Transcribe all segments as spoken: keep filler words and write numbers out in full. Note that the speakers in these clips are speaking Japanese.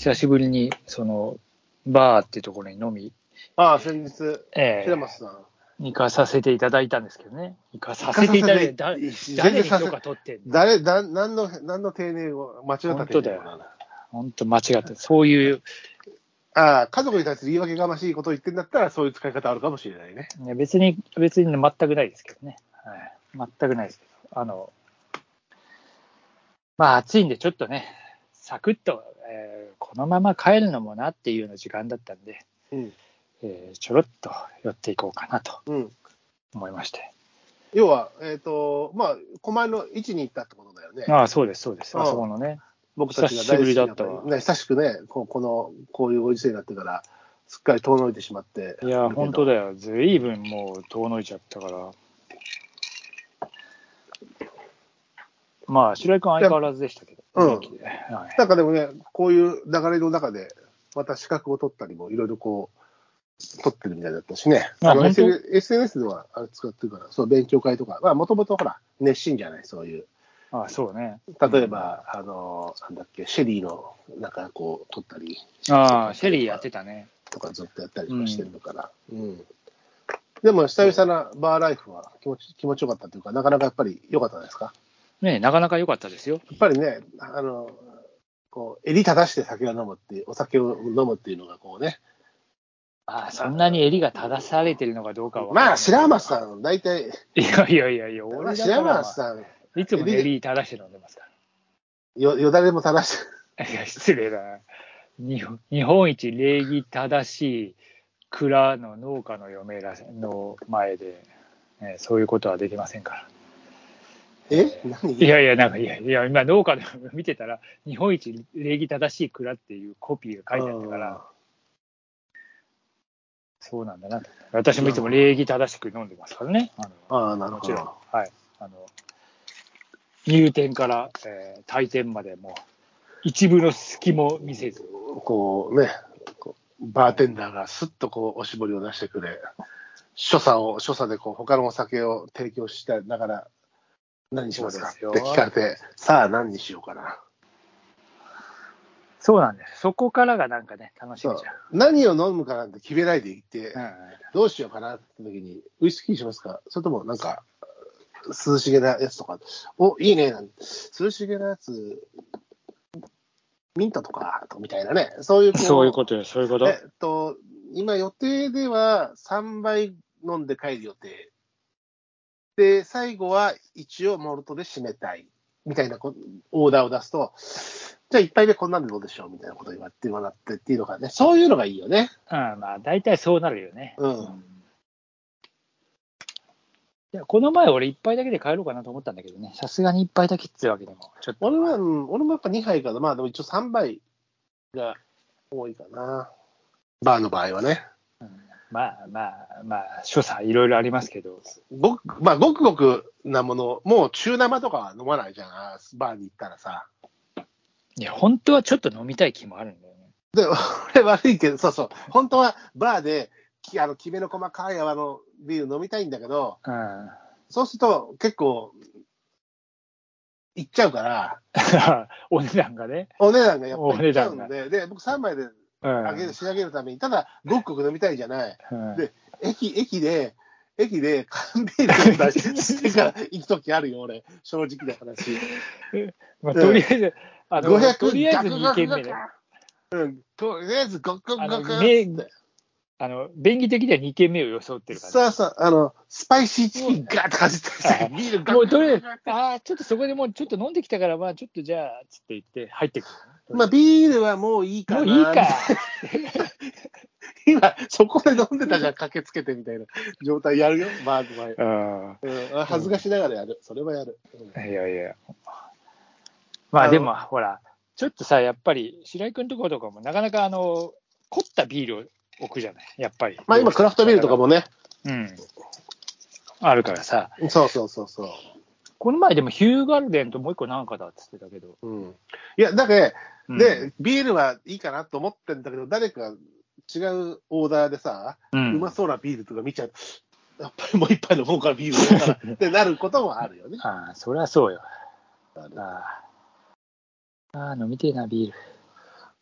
久しぶりにそのバーっていうところに飲み、 ああ、先日、 え平松さん。 ー、行かさせていただいたんですけどね。行かさせていただいた。誰に許可取ってんの？ 誰、だ、何の、何の丁寧を、間違った丁寧を。本当だよ。 本当間違って、そういう。 ああ、家族に対する言い訳がましいことを言ってんだったら、そういう使い方あるかもしれないね。 ね、別に、別に全くないですけどね。はい、全くないですけど。あの、まあ暑いんでちょっとね、サクッと、えー、このまま帰るのもなっていうような時間だったんで、うんえー、ちょろっと寄っていこうかなと思いまして。 うん、要は、えっ、ー、と、まあ、狛江の位置に行ったってことだよね。 ああ、そうです、そうです。あそこのね。 僕たちが大好きだったわ、ね。久しくね、ここの、こういうご時世になってから、すっかり遠のいてしまって。 いや、本当だよ。ずいぶんもう遠のいちゃったから。まあ、白井君は相変わらずでしたけど。 うん。はい、なんかでもね、こういう流れの中で、また資格を取ったりも、いろいろこう、取ってるみたいだったしね。あの エスエヌエス ではあれ使ってるから、そう、勉強会とか、まあ、もともとほら、熱心じゃない、そういう。 ああ、そうね。 例えば、うん、あの、なんだっけ、シェリーの、なんかこう、取ったり。 ああ、シェリーやってたね。 とかずっとやったりとかしてるから。うん。うん、でも、久々なバーライフは気持ち、気持ちよかったというか、なかなかやっぱり良かったですか？ ね、なかなか良かったですよ。 やっぱりね、あの、こう、襟正して酒を飲むっていう、お酒を飲むっていうのがこうね。 ああ、そんなに襟が正されてるのかどうかは。 まあ、白松さん、大体。 いやいやいやいや、俺だ白松さん。 いつも襟正して飲んでますから。 よ、よだれも正してる。いや、失礼だな。日本、日本一礼儀正しい蔵の農家の嫁らの前で、ね、そういうことはできませんから。 え何いやいや、なんか、いやいや、今、農家で見てたら、日本一礼儀正しい蔵っていうコピーが書いてあったから、そうなんだなと。私もいつも礼儀正しく飲んでますからね。 あのあなるほど。 もちろん。はい。あの、入店から、えー、退店までも、一部の隙も見せず。 こうね、こうバーテンダーがスッとこう、おしぼりを出してくれ、所作を、所作でこう、他のお酒を提供しながら、何しますかって聞かれて、さあ何にしようかな。 そうなんです。そこからがなんかね、楽しみじゃん。 何を飲むかなんて決めないでいって、うん、どうしようかなって時に、ウイスキーしますか？それともなんか、涼しげなやつとか、お、いいね、なんて涼しげなやつ、ミントとか、みたいなね。そういう、 そういうことよ、そういうこと。 えっと、今予定ではさんばい飲んで帰る予定。で、最後は一応モルトで締めたい。みたいなオーダーを出すと、じゃあ一杯目こんなんでどうでしょうみたいなことを言われてもらってっていうのがね、そういうのがいいよね。 うん、まあ大体そうなるよね。 うん。うん、 いや、この前俺一杯だけで帰ろうかなと思ったんだけどね、さすがに一杯だけってわけでも、ちょっと。 俺は、うん、俺もやっぱにはいかな。まあでも一応さんばいが多いかな。バーの場合はね。 うんまあまあまあ、所作いろいろありますけど。 ごく、まあ、ごくごくなもの、もう中生とかは飲まないじゃん、バーに行ったらさ。 いや、本当はちょっと飲みたい気もあるんだよね。 で、俺悪いけど、そうそう、本当はバーで、あの、きめの細かい泡のビール飲みたいんだけど、うん、そうすると結構、いっちゃうから。 お値段がね。 お値段がやっぱりいっちゃうんで、で、僕さんばいで、あげる仕上げるために、ただ、ごくごく飲みたいじゃない。うん、で、駅、駅で、駅で缶ビール飲んだりしてから行くときあるよ、俺。正直な話。 まあ、とりあえず、あの、 ごひゃくとりあえずにけんめね。 うん、とりあえずごくごくって。 あの、便宜的にはにけんめを装ってる感じ。 そうそう、あの、スパイシーチキンガーッとかじってさ、ビールガーッもうとりあえず、ああ、ちょっとそこでもうちょっと飲んできたから、まあちょっとじゃあ、つって言って入ってくる。 まあビールはもういいかな。 もういいか。 今、そこで飲んでたじゃん、駆けつけてみたいな状態やるよ、バーの前。うん、恥ずかしながらやる。それはやる。 うん、いやいや。まあでも、ほら、ちょっとさ、やっぱり、白井君のところとかも、なかなかあの、凝ったビールを置くじゃない、やっぱり。 まあ今、クラフトビールとかもね。 うん。あるからさ。 そうそうそうそう。 この前でもヒューガルデンともう一個なんかだっつってたけど。 うん。いや、だけど、で、うん、ビールはいいかなと思ってんだけど、誰か違うオーダーでさ、うん、うまそうなビールとか見ちゃう。やっぱりもう一杯飲もうからビール飲もうからってなることもあるよね。 ああ、そりゃそうよ。ああ、ああ飲みてえな、ビール。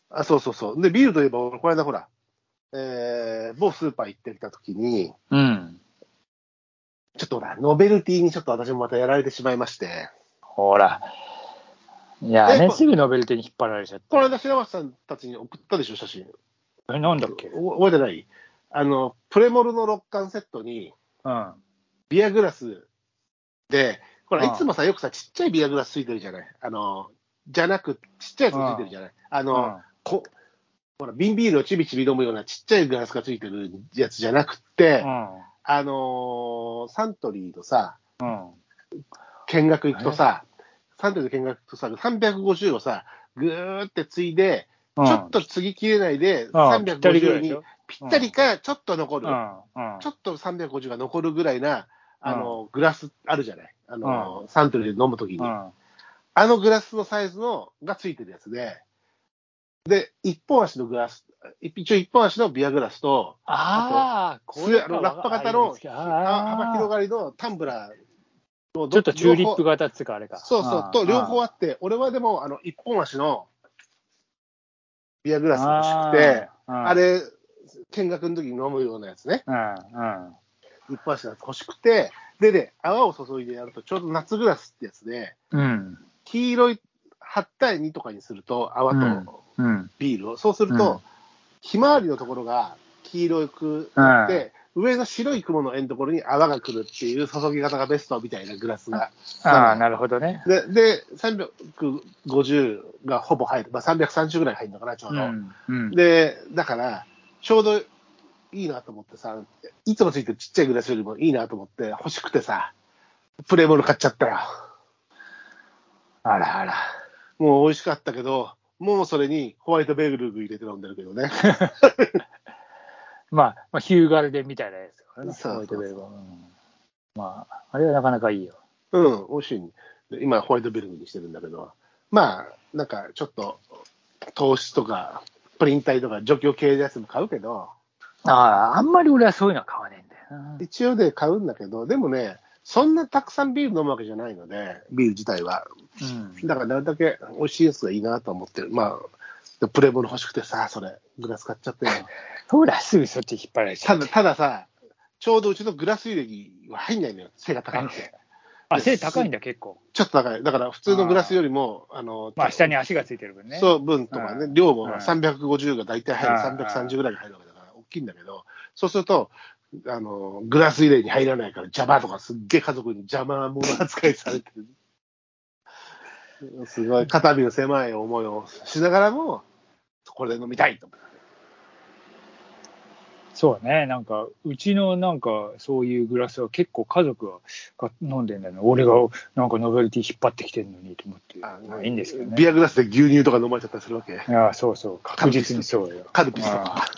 あ、そうそうそう。で、ビールといえば、俺、この間ほら、えー、某スーパー行ってきたときに、 うん。 ちょっとほら、ノベルティにちょっと私もまたやられてしまいまして。 ほら。いやね、すぐノベルティに引っ張られちゃった。 この間、白松さんたちに送ったでしょ、写真。 え、なんだっけ？ 覚えてない？あの、プレモルのろっ缶セットに、 うん。 ビアグラスで、ほら、いつもさ、よくさ、ちっちゃいビアグラスついてるじゃない。あの、じゃなく、ちっちゃいやつついてるじゃない。あの、こほら、瓶ビールをちびちび飲むようなちっちゃいグラスがついてるやつじゃなくて、うん、あのー、サントリーのさ、うん、見学行くとさ、サントリーの見学行くとさ、さんびゃくごじゅうをさ、ぐーってついで、うん、ちょっと継ぎきれないで、さんびゃくごじゅうにぴったりかちょっと残る、うんうん、ちょっとさんびゃくごじゅうが残るぐらいな、あの、うん、グラスあるじゃない。あの、うん、サントリーで飲むときに、うん。あのグラスのサイズのがついてるやつで、で、一本足のグラス、一応一本足のビアグラスと、 ああと、これあのラッパ型の幅広がりのタンブラーのちょっとチューリップ型っていうかあれか。 そうそう、と両方あって、俺はでもあの一本足のビアグラスが欲しくて、あ, あれ、見学の時に飲むようなやつね。うんうん一本足が欲しくて、でね、泡を注いでやると、ちょうど夏グラスってやつで、うん、黄色いはち対にとかにすると、泡とビールを、うん、そうすると、うん、ひまわりのところが黄色くなって、うん、上の白い雲の円のところに泡が来るっていう注ぎ方がベストみたいなグラスが。 ああ、なるほどね。 で、で、さんびゃくごじゅうがほぼ入る。まあ、さんびゃくさんじゅうぐらい入るのかな、ちょうど。うんうん、で、だから、ちょうど、いいなと思ってさ、いつもついてるちっちゃいグラスよりもいいなと思って欲しくてさ、プレモル買っちゃったよ。あらあら。もう美味しかったけど、もうそれにホワイトベーグル入れて飲んでるけどね。 まあ、まあ、ヒューガルデンみたいなやつだからね。そうそうそうホワイトベーグル、うん。まあ、あれはなかなかいいよ。 うん、美味しい。今、ホワイトベーグルにしてるんだけど、まあ、なんかちょっと、糖質とか、プリン体とか除去系のやつも買うけど、 ああ、あんまり俺はそういうのは買わねえんだよな。 一応で買うんだけど、でもね、そんなたくさんビール飲むわけじゃないので、ビール自体は。うん、だからなるだけ美味しいやつがいいなと思ってる。まあ、プレモル欲しくてさ、それ、グラス買っちゃったよ。 ほら、すぐそっち引っ張られちゃう。 ただ、たださ、ちょうどうちのグラス入れには入んないのよ、背が高くて。 あ、背高いんだ、結構。 ちょっと高い。だから普通のグラスよりも、あの、 まあ、下に足がついてる分ね。 そう、分とかね、量もさんびゃくごじゅうが大体入る、さんびゃくさんじゅうぐらいが入るわけだから、大きいんだけど、そうすると、あの、グラス入れに入らないから邪魔とか、すっげえ家族に邪魔者扱いされてる。すごい肩身の狭い思いをしながらも、これで飲みたいと思って。 そうね、なんか、うちのなんか、そういうグラスは結構家族が飲んでんだよね。俺がなんかノベルティ引っ張ってきてるのにと思って。ああいいんですけどね。 ビアグラスで牛乳とか飲まれちゃったりするわけ。 ああ、そうそう、確実にそうよ。 カルピスとか。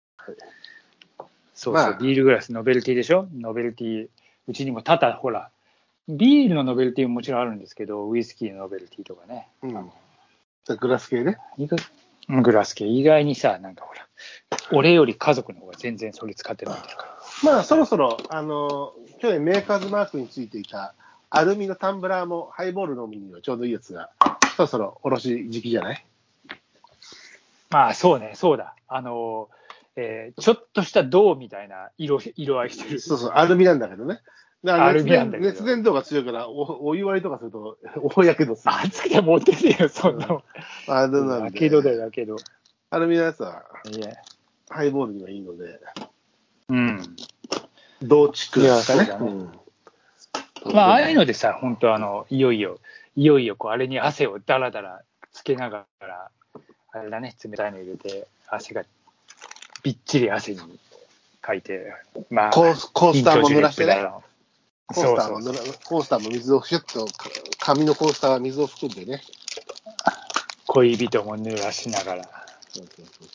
そうそう、まあ、ビールグラス、ノベルティでしょ。ノベルティ、うちにもただ、ほら、ビールのノベルティももちろんあるんですけど、ウイスキーのノベルティとかね。うん、 グラス系ね。 グラス系、意外にさ、なんかほら、俺より家族の方が全然それ使って飲んでるから。 まあ、そろそろ、あの、去年メーカーズマークについていたアルミのタンブラーもハイボール飲みにはちょうどいいやつが、そろそろおろし時期じゃない？ まあ、そうね、そうだ。あの、えー、ちょっとした銅みたいな色、色合いしてる。 そうそう、アルミなんだけどね。だから熱伝熱伝導が強いからお、お湯割りとかすると大やけどする。 熱くて持ってねえよ、そんなもん。 あれなんで。 やけどだよ、やけど。 アルミのやつは、ハイボールにはいいので。 うん。 同畜かね。うん、まあ、ああいうのでさ、本当あの、いよいよ、いよいよ、こう、あれに汗をだらだらつけながら、あれだね、冷たいの入れて、汗が、びっちり汗にかいて、まあ、 コース、コースターも濡らしてね。コースターも濡ら、コースターも水をシュッと、紙のコースターは水を含んでね。 恋人も濡らしながら。そうそうそう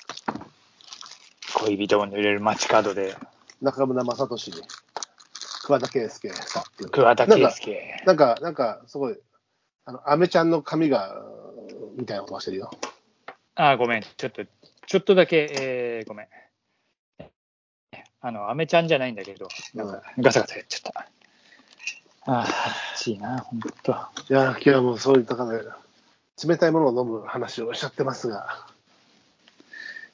恋人も濡れる街角で。 中村雅俊、桑田佳祐。 桑田佳祐。 なんか、なんか、すごい、あの、アメちゃんの髪が、みたいな音がしてるよ。 あ、ごめん。ちょっと、ちょっとだけ、えー、ごめん。あの、アメちゃんじゃないんだけど、なんか、ガサガサやっちゃった。ああ、暑いな、ほんと。 いや、今日はもうそういった方で、冷たいものを飲む話をしちゃってますが。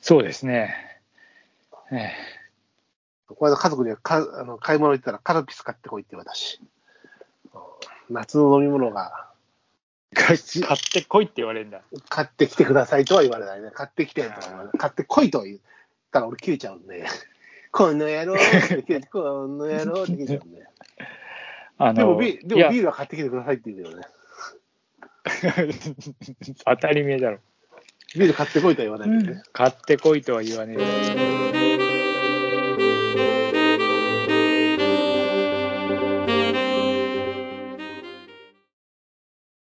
そうですね。ええ、 この間家族にはかあの買い物行ったらカルピス買ってこいって言われたし、夏の飲み物が買ってこいって言われるんだ。 買ってきてくださいとは言われないね。買ってきてとは言われない。買ってこいとは言ったら俺切れちゃうんで、この野郎って切れて、この野郎って切れちゃうんで。 あのでもビ、でもいやビールは買ってきてくださいって言うけどね。 当たり前だろ。 ビール買ってこいとは言わないけどね。 買ってこいとは言わねえ。